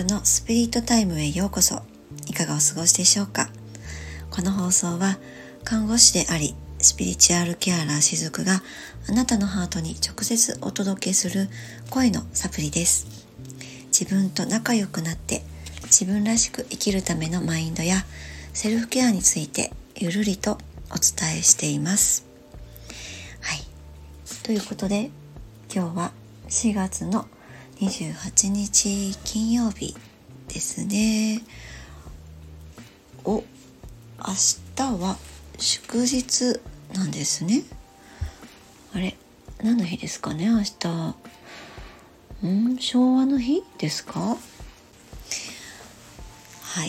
クのスピリットタイムへようこそ。いかがお過ごしでしょうか。この放送は看護師でありスピリチュアルケアラーしずくがあなたのハートに直接お届けする声のサプリです。自分と仲良くなって自分らしく生きるためのマインドやセルフケアについてゆるりとお伝えしています。はい、ということで今日は4月の28日金曜日ですね。明日は祝日なんですね。あれ、何の日ですかね、明日。昭和の日ですか？はい、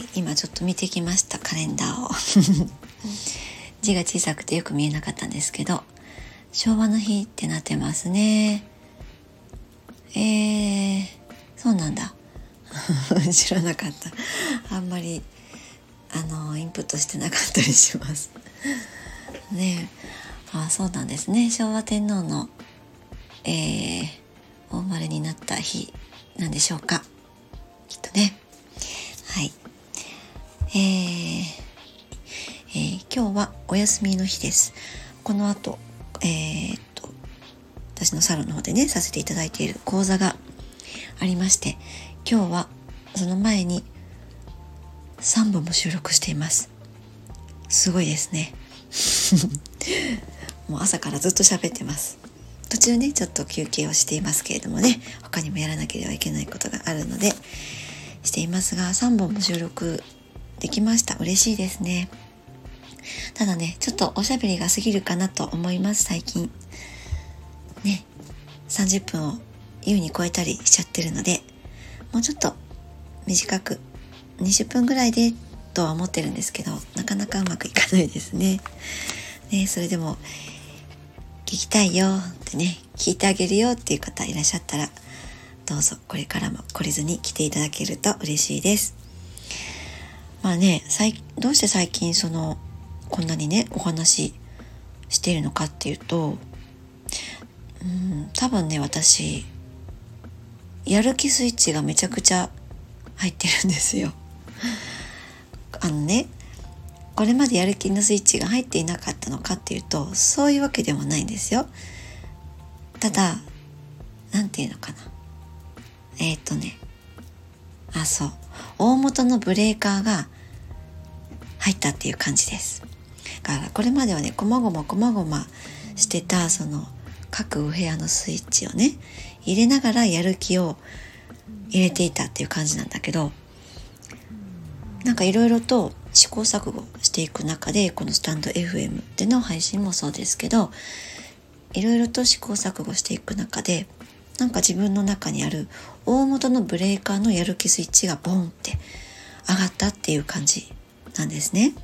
今ちょっと見てきました、カレンダーを字が小さくてよく見えなかったんですけど、昭和の日ってなってますね。そうなんだ知らなかった。あんまりインプットしてなかったりしますね。そうなんですね。昭和天皇の、お生まれになった日なんでしょうか、きっとね。はい、今日はお休みの日です。この後私のサロンの方でねさせていただいている講座がありまして、今日はその前に3本も収録しています。すごいですねもう朝からずっと喋ってます。途中ねちょっと休憩をしていますけれどもね、他にもやらなければいけないことがあるのでしていますが、3本も収録できました。嬉しいですね。ただねちょっとおしゃべりが過ぎるかなと思います。最近ね30分を優に超えたりしちゃってるので、もうちょっと短く20分ぐらいでとは思ってるんですけど、なかなかうまくいかないですね。それでも聞きたいよってね、聞いてあげるよっていう方いらっしゃったら、どうぞこれからも懲りずに来ていただけると嬉しいです。まあね、どうして最近こんなにねお話ししているのかっていうと、多分ね私やる気スイッチがめちゃくちゃ入ってるんですよ。これまでやる気のスイッチが入っていなかったのかっていうと、そういうわけでもないんですよ。ただなんていうのかな、そう、大元のブレーカーが入ったっていう感じです。だからこれまではねこまごましてた各お部屋のスイッチをね入れながらやる気を入れていたっていう感じなんだけど、なんかいろいろと試行錯誤していく中で、このスタンド FM での配信もそうですけど、いろいろと試行錯誤していく中で、なんか自分の中にある大元のブレーカーのやる気スイッチがボンって上がったっていう感じなんですね。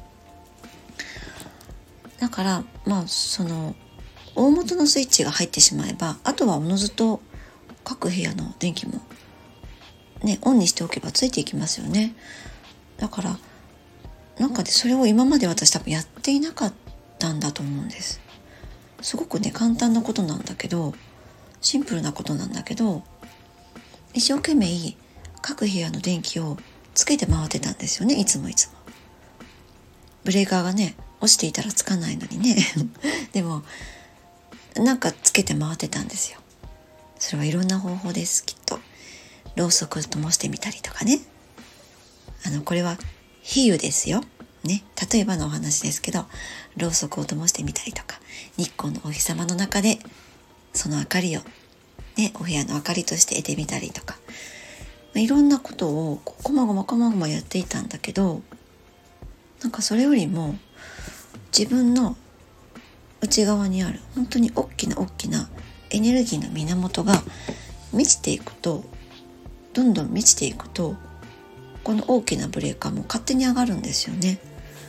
だから大元のスイッチが入ってしまえば、あとはおのずと各部屋の電気もねオンにしておけばついていきますよね。だからそれを今まで私多分やっていなかったんだと思うんです。すごくね簡単なことなんだけど、シンプルなことなんだけど、一生懸命各部屋の電気をつけて回ってたんですよね。いつもブレーカーがね落ちていたらつかないのにねでもつけて回ってたんですよ。それはいろんな方法です。きっとろうそくを灯してみたりとかね、これは比喩ですよね。例えばのお話ですけど、ろうそくを灯してみたりとか、日光のお日様の中でその明かりをねお部屋の明かりとして得てみたりとか、いろんなことをこまごまやっていたんだけど、それよりも自分の内側にある本当に大きなエネルギーの源が満ちていくと、どんどん満ちていくと、この大きなブレーカーも勝手に上がるんですよね。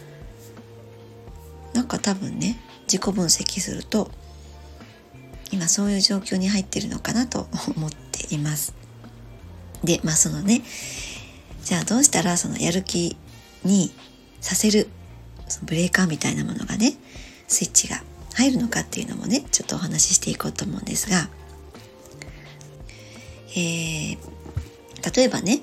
多分ね自己分析すると今そういう状況に入ってるのかなと思っています。でじゃあどうしたらやる気にさせるブレーカーみたいなものがねスイッチが入るのかっていうのもねちょっとお話ししていこうと思うんですが、例えばね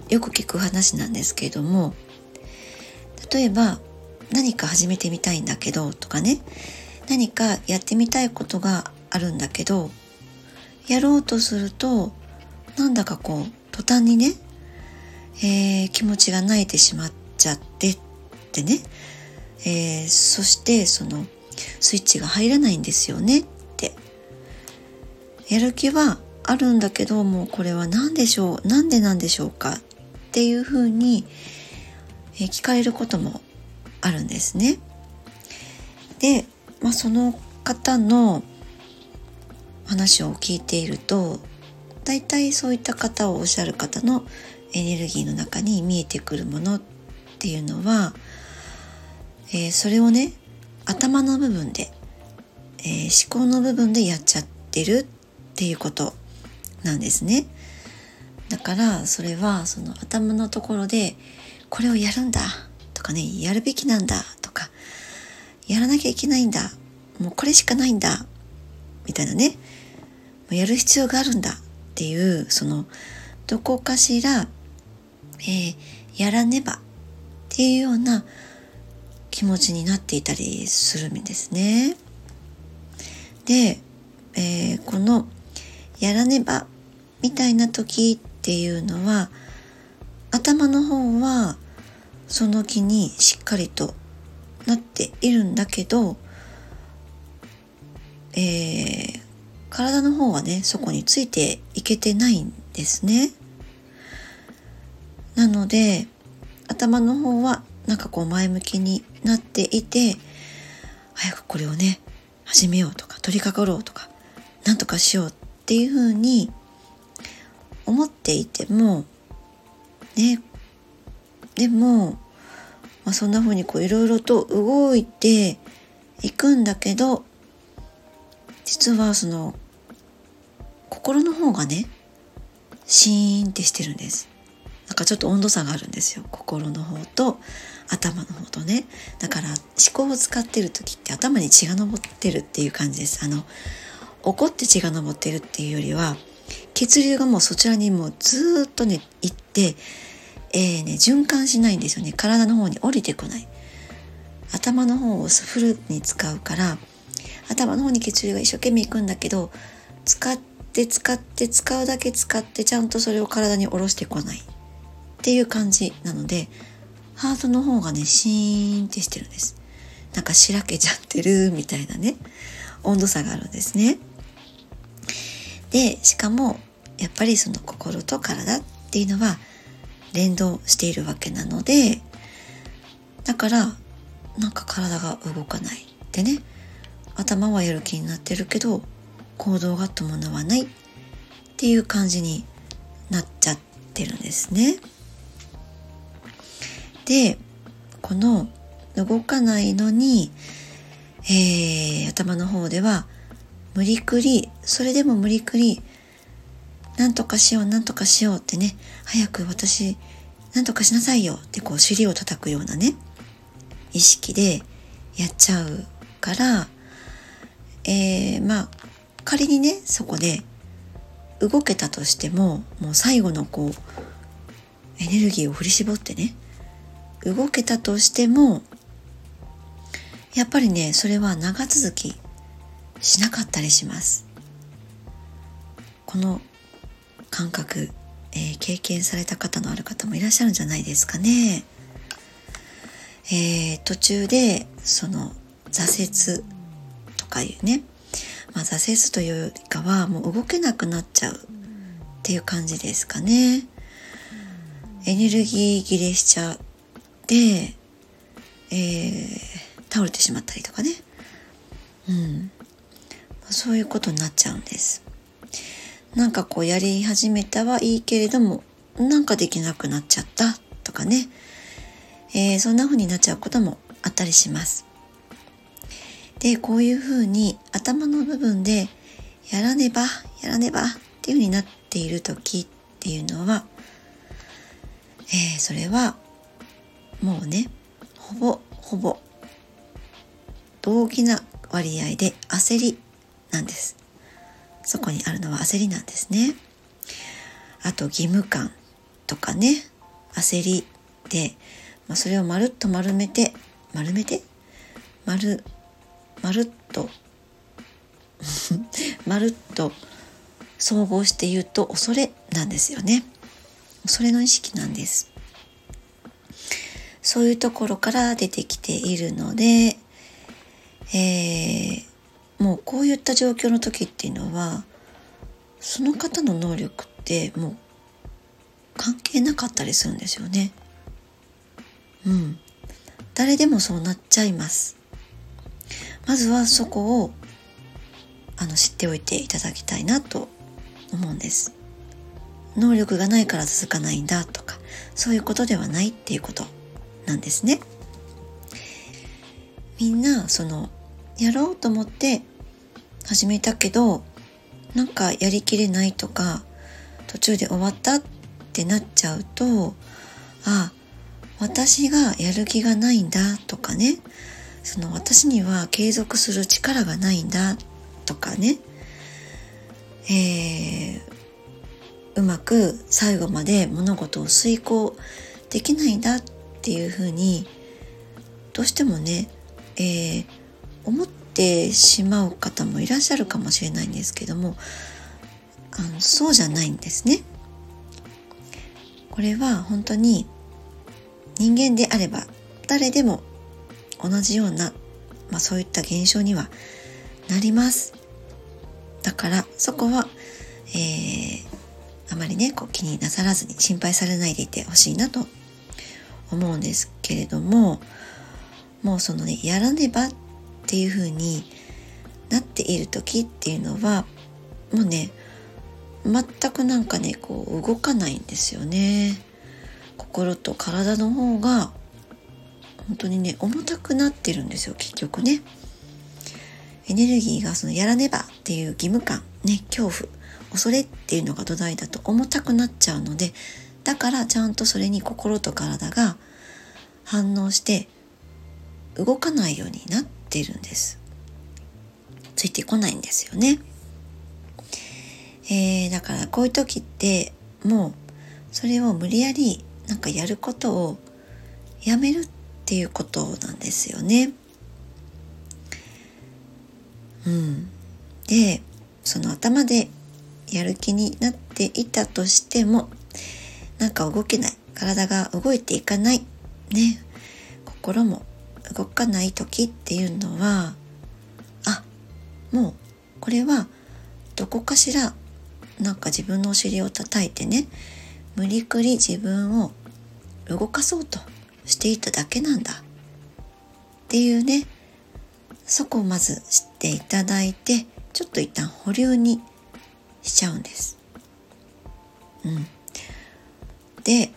よく聞く話なんですけれども、例えば何か始めてみたいんだけどとかね、何かやってみたいことがあるんだけど、やろうとするとなんだかこう途端にね、気持ちが萎えてしまっちゃってってね、そしてそのスイッチが入らないんですよねって。やる気はあるんだけど、もうこれは何でしょう、なんでなんでしょうかっていうふうに、聞かれることもあるんですね。で、その方の話を聞いていると、だいたいそういった方をおっしゃる方のエネルギーの中に見えてくるものっていうのは、それをね、頭の部分で、思考の部分でやっちゃってるっていうことなんですね。だからそれはその頭のところでこれをやるんだとかね、やるべきなんだとか、やらなきゃいけないんだ、もうこれしかないんだみたいなね、やる必要があるんだっていう、そのどこかしら、やらねばっていうような気持ちになっていたりするんですね。で、このやらねばみたいな時っていうのは、頭の方はその気にしっかりとなっているんだけど、体の方はね、そこについていけてないんですね。なので頭の方はなんかこう前向きになっていて、早くこれをね始めようとか、取り掛かろうとか、なんとかしようっていうふうに思っていてもね、でも、そんなふうにこういろいろと動いていくんだけど、実はその心の方がねシーンってしてるんです。なんかちょっと温度差があるんですよ、心の方と頭の方とね。だから思考を使ってる時って頭に血が上ってるっていう感じです。怒って血が上ってるっていうよりは、血流がもうそちらにもうずっとね行って、循環しないんですよね。体の方に降りてこない。頭の方をフルに使うから、頭の方に血流が一生懸命行くんだけど、使うだけ使ってちゃんとそれを体に下ろしてこないっていう感じなので、ハートの方がねシーンってしてるんです。なんかしらけちゃってるみたいなね、温度差があるんですね。で、しかもやっぱりその心と体っていうのは連動しているわけなので、だからなんか体が動かないってね、頭はやる気になってるけど行動が伴わないっていう感じになっちゃってるんですね。で、この動かないのに、頭の方ではそれでも無理くりなんとかしようってね、早く私なんとかしなさいよってこう尻を叩くようなね意識でやっちゃうから、仮にねそこで動けたとしても、もう最後のこうエネルギーを振り絞ってね動けたとしても、やっぱりねそれは長続きしなかったりします。この感覚、経験された方のある方もいらっしゃるんじゃないですかね。途中でその挫折とかいうね、挫折というよりかはもう動けなくなっちゃうっていう感じですかね。エネルギー切れしちゃって、倒れてしまったりとかね、そういうことになっちゃうんです。なんかこうやり始めたはいいけれども、なんかできなくなっちゃったとかね、そんな風になっちゃうこともあったりします。で、こういう風に頭の部分でやらねばっていう風になっている時っていうのは、それはもうねほぼ同義な割合で焦りなんです。そこにあるのは焦りなんですね。あと義務感とかね、 焦りで、それをまるっと丸っとまるっと総合して言うと恐れなんですよね。恐れの意識なんです。そういうところから出てきているので、もうこういった状況の時っていうのはその方の能力ってもう関係なかったりするんですよね。誰でもそうなっちゃいます。まずはそこを知っておいていただきたいなと思うんです。能力がないから続かないんだとか、そういうことではないっていうことなんですね。みんなやろうと思って始めたけどなんかやりきれないとか途中で終わったってなっちゃうと、私がやる気がないんだとかね、私には継続する力がないんだとかね、うまく最後まで物事を遂行できないんだっていうふうにどうしてもね、思ってしまう方もいらっしゃるかもしれないんですけども、そうじゃないんですね。これは本当に人間であれば誰でも同じような、そういった現象にはなります。だからそこは、あまりね気になさらずに心配されないでいてほしいなと思うんですけれども、もうやらねばっていう風になっている時っていうのはもうね全く動かないんですよね。心と体の方が本当にね重たくなってるんですよ。結局ねエネルギーがやらねばっていう義務感ね、恐怖恐れっていうのが土台だと重たくなっちゃうので、だからちゃんとそれに心と体が反応して動かないようになっているんです。ついてこないんですよね。だからこういう時ってもうそれを無理やりやることをやめるっていうことなんですよね。で頭でやる気になっていたとしても動けない、体が動いていかないね、心も動かない時っていうのはもうこれはどこかしら自分のお尻を叩いてね、無理くり自分を動かそうとしていただけなんだっていうね、そこをまず知っていただいて、ちょっと一旦保留にしちゃうんです。で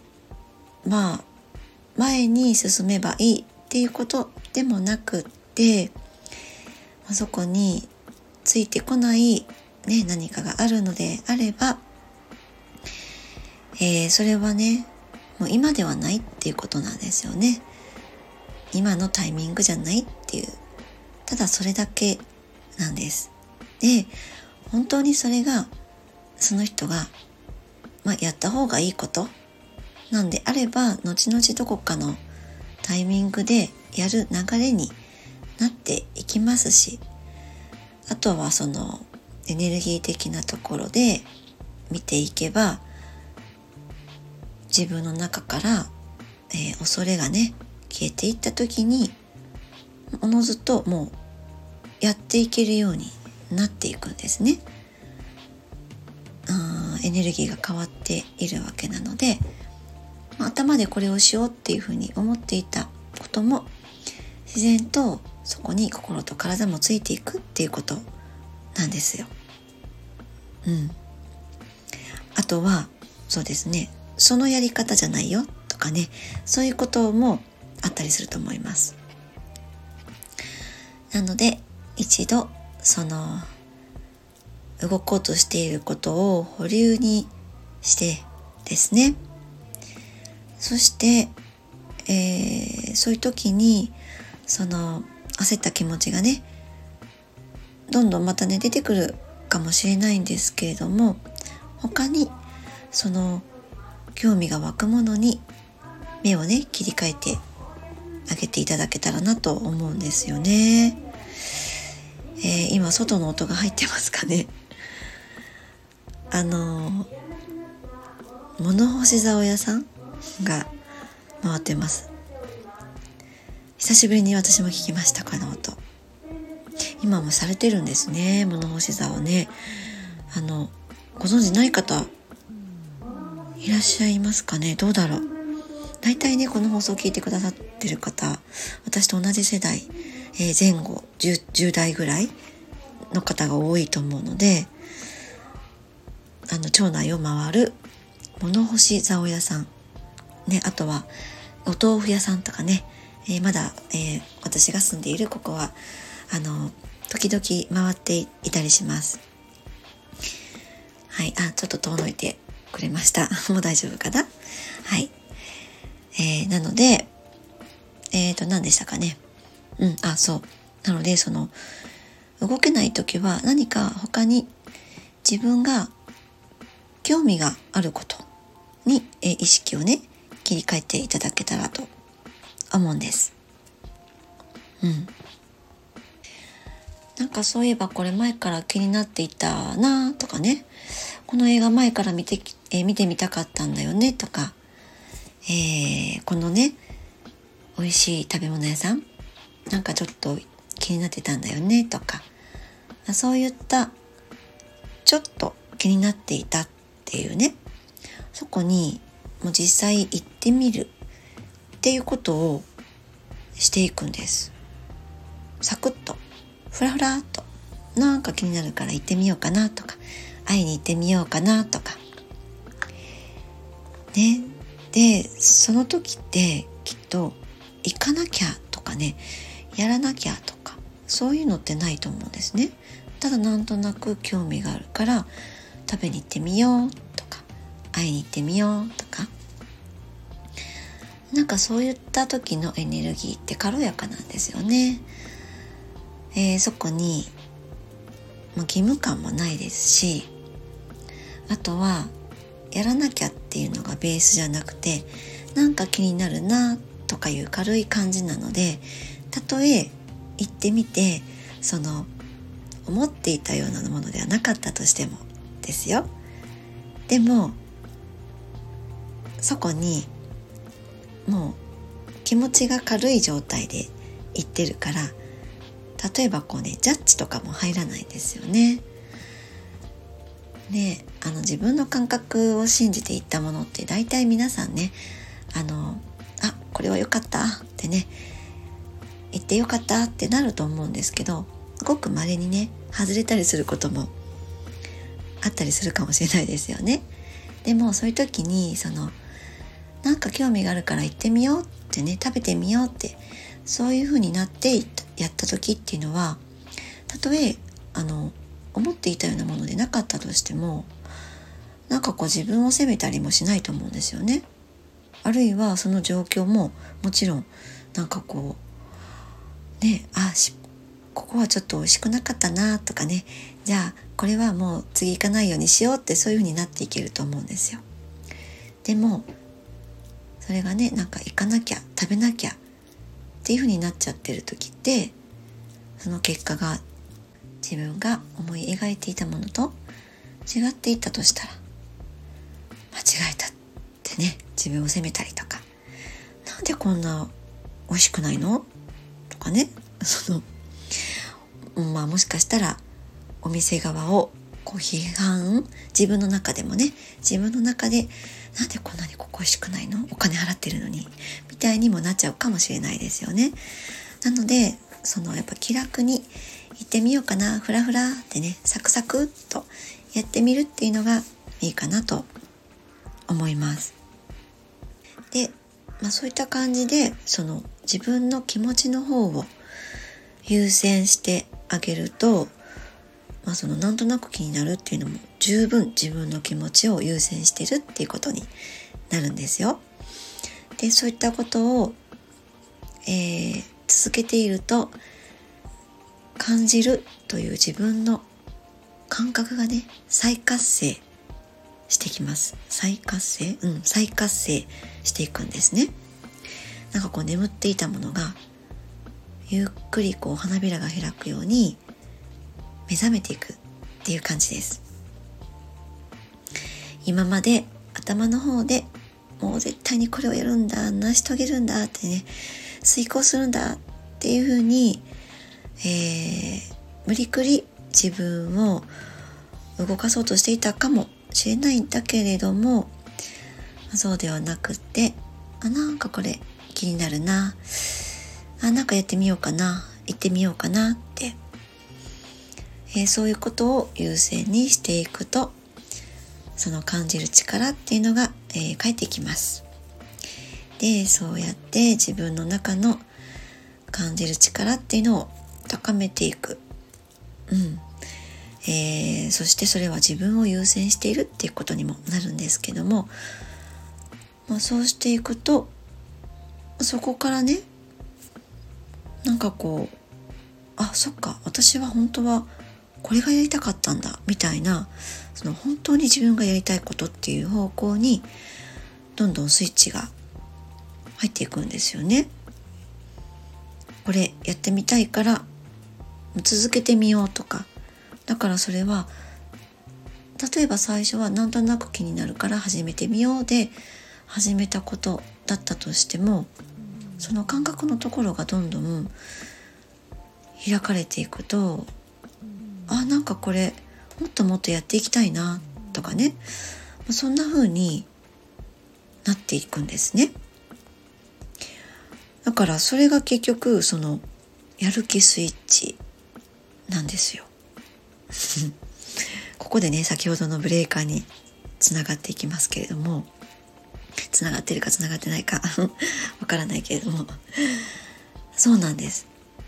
前に進めばいいっていうことでもなくって、そこについてこない何かがあるのであれば、それはねもう今ではないっていうことなんですよね。今のタイミングじゃないっていう、ただそれだけなんです。で本当にそれがその人が、やった方がいいことなんであれば、後々どこかのタイミングでやる流れになっていきますし、あとはエネルギー的なところで見ていけば、自分の中から、恐れがね消えていった時におのずともうやっていけるようになっていくんですね。エネルギーが変わっているわけなので、頭でこれをしようっていうふうに思っていたことも自然とそこに心と体もついていくっていうことなんですよ。あとはそうですね、そのやり方じゃないよとかね、そういうこともあったりすると思います。なので一度動こうとしていることを保留にしてですね、そして、そういう時に焦った気持ちがねどんどんまたね出てくるかもしれないんですけれども、他に興味が湧くものに目をね切り替えてあげていただけたらなと思うんですよね。今外の音が入ってますかね。物干し竿屋さんが回ってます。久しぶりに私も聞きました、この音。今もされてるんですね、物干し竿ね。ご存知ない方いらっしゃいますかね。どうだろう。大体ねこの放送を聞いてくださってる方、私と同じ世代、前後 10代ぐらいの方が多いと思うので、町内を回る物干し竿屋さんね、あとはお豆腐屋さんとかね、まだ、私が住んでいるここは時々回っていたりします。はい、ちょっと遠のいてくれました。もう大丈夫かな。はい、なので何でしたかね。そうなので、その動けない時は何か他に自分が興味があることに、意識をね切り替えていただけたらと思うんです。なんかそういえばこれ前から気になっていたなとかね、この映画前から見てみたかったんだよねとか、このね美味しい食べ物屋さんなんかちょっと気になってたんだよねとか、そういったちょっと気になっていたっていうね、そこにもう実際行ってみるっていうことをしていくんです。サクッとフラフラっと、なんか気になるから行ってみようかなとか、会いに行ってみようかなとかね。でその時ってきっと行かなきゃとかね、やらなきゃとかそういうのってないと思うんですね。ただなんとなく興味があるから食べに行ってみようとか、会いに行ってみようとか、なんかそういった時のエネルギーって軽やかなんですよね。そこに、義務感もないですし、あとはやらなきゃっていうのがベースじゃなくて、なんか気になるなとかいう軽い感じなので、たとえ行ってみてその思っていたようなものではなかったとしてもですよ。でもそこにもう気持ちが軽い状態で行ってるから、例えばこうねジャッジとかも入らないんですよね。で自分の感覚を信じていったものって大体皆さんね、これは良かったってね、言って良かったってなると思うんですけど、ごく稀にね外れたりすることもあったりするかもしれないですよね。でもそういう時になんか興味があるから行ってみようってね、食べてみようってそういう風になってやった時っていうのは、たとえ思っていたようなものでなかったとしても、なんかこう自分を責めたりもしないと思うんですよね。あるいはその状況ももちろんなんかこうね、ここはちょっと美味しくなかったなとかね、じゃあこれはもう次行かないようにしようって、そういう風になっていけると思うんですよ。でもそれがね、なんか行かなきゃ食べなきゃっていう風になっちゃってる時って、その結果が自分が思い描いていたものと違っていったとしたら、間違えたってね自分を責めたりとか、なんでこんな美味しくないのとかね、もしかしたらお店側をこう批判、自分の中でもね、自分の中でなんでこんなにここ美味しくないの、お金払ってるのにみたいにもなっちゃうかもしれないですよね。なのでやっぱ気楽に行ってみようかな、フラフラってね、サクサクっとやってみるっていうのがいいかなと思います。で、そういった感じで自分の気持ちの方を優先してあげると、なんとなく気になるっていうのも十分自分の気持ちを優先してるっていうことになるんですよ。で、そういったことを、続けていると、感じるという自分の感覚がね再活性してきます。再活性していくんですね。 なんかこう眠っていたものがゆっくりこう花びらが開くように目覚めていくっていう感じです。今まで頭の方でもう絶対にこれをやるんだ、成し遂げるんだってね、遂行するんだっていうふうに、無理くり自分を動かそうとしていたかもしれないんだけれども、そうではなくって、なんかこれ気になるな、なんかやってみようかな、行ってみようかなって、そういうことを優先にしていくと、その感じる力っていうのが、返ってきます。で、そうやって自分の中の感じる力っていうのを高めていく。そしてそれは自分を優先しているっていうことにもなるんですけども、そうしていくと、そこからね、なんかこう、そっか、私は本当はこれがやりたかったんだみたいな、その本当に自分がやりたいことっていう方向にどんどんスイッチが入っていくんですよね。これやってみたいから続けてみようとか、だからそれは例えば最初はなんとなく気になるから始めてみようで始めたことだったとしても、その感覚のところがどんどん開かれていくと、なんかこれもっともっとやっていきたいなとかね、そんな風になっていくんですね。だからそれが結局そのやる気スイッチなんですよここでね、先ほどのブレーカーにつながっていきますけれども、つながってるかつながってないかわからないけれども、そうなんです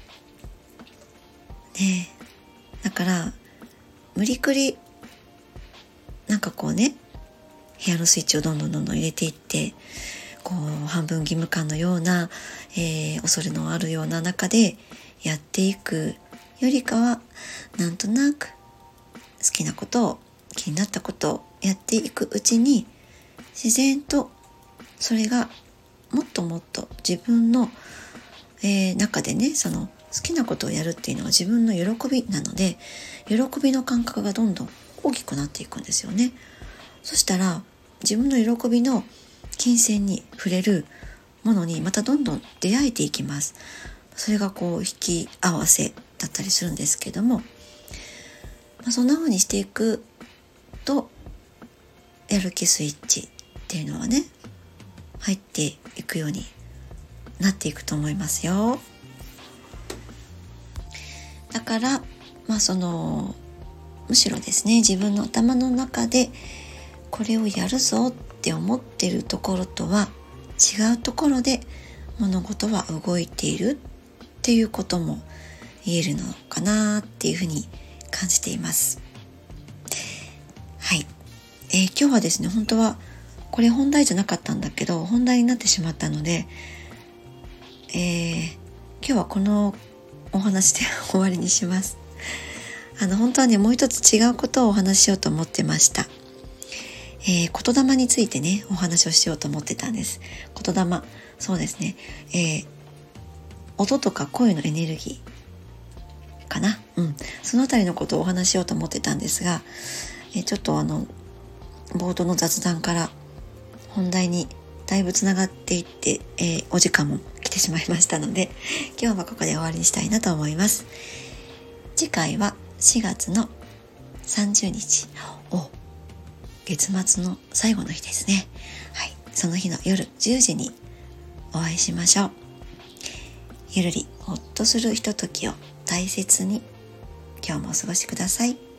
ね。だから無理くりなんかこうね、部屋のスイッチをどんどん入れていって、こう半分義務感のような、恐れのあるような中でやっていくよりかは、なんとなく好きなことを、気になったことをやっていくうちに、自然とそれがもっともっと自分の、中でね、その好きなことをやるっていうのは自分の喜びなので、喜びの感覚がどんどん大きくなっていくんですよね。そしたら自分の喜びの金銭に触れるものにまたどんどん出会えていきます。それがこう引き合わせだったりするんですけども、そんな風にしていくとやる気スイッチっていうのはね、入っていくようになっていくと思いますよ。だからむしろですね、自分の頭の中でこれをやるぞって思っているところとは違うところで物事は動いているっていうことも言えるのかなっていうふうに感じています。はい、今日はですね、本当はこれ本題じゃなかったんだけど本題になってしまったので、今日はこのお話で終わりにします。本当はね、もう一つ違うことをお話ししようと思ってました。言霊についてね、お話をしようと思ってたんです。言霊、そうですね、音とか声のエネルギーかな、そのあたりのことをお話ししようと思ってたんですが、ちょっと冒頭の雑談から本題にだいぶつながっていって、お時間も来てしまいましたので、今日はここで終わりにしたいなと思います。次回は4月の30日、月末の最後の日ですね。はい、その日の夜10時にお会いしましょう。ゆるりほっとするひとときを大切に、今日もお過ごしください。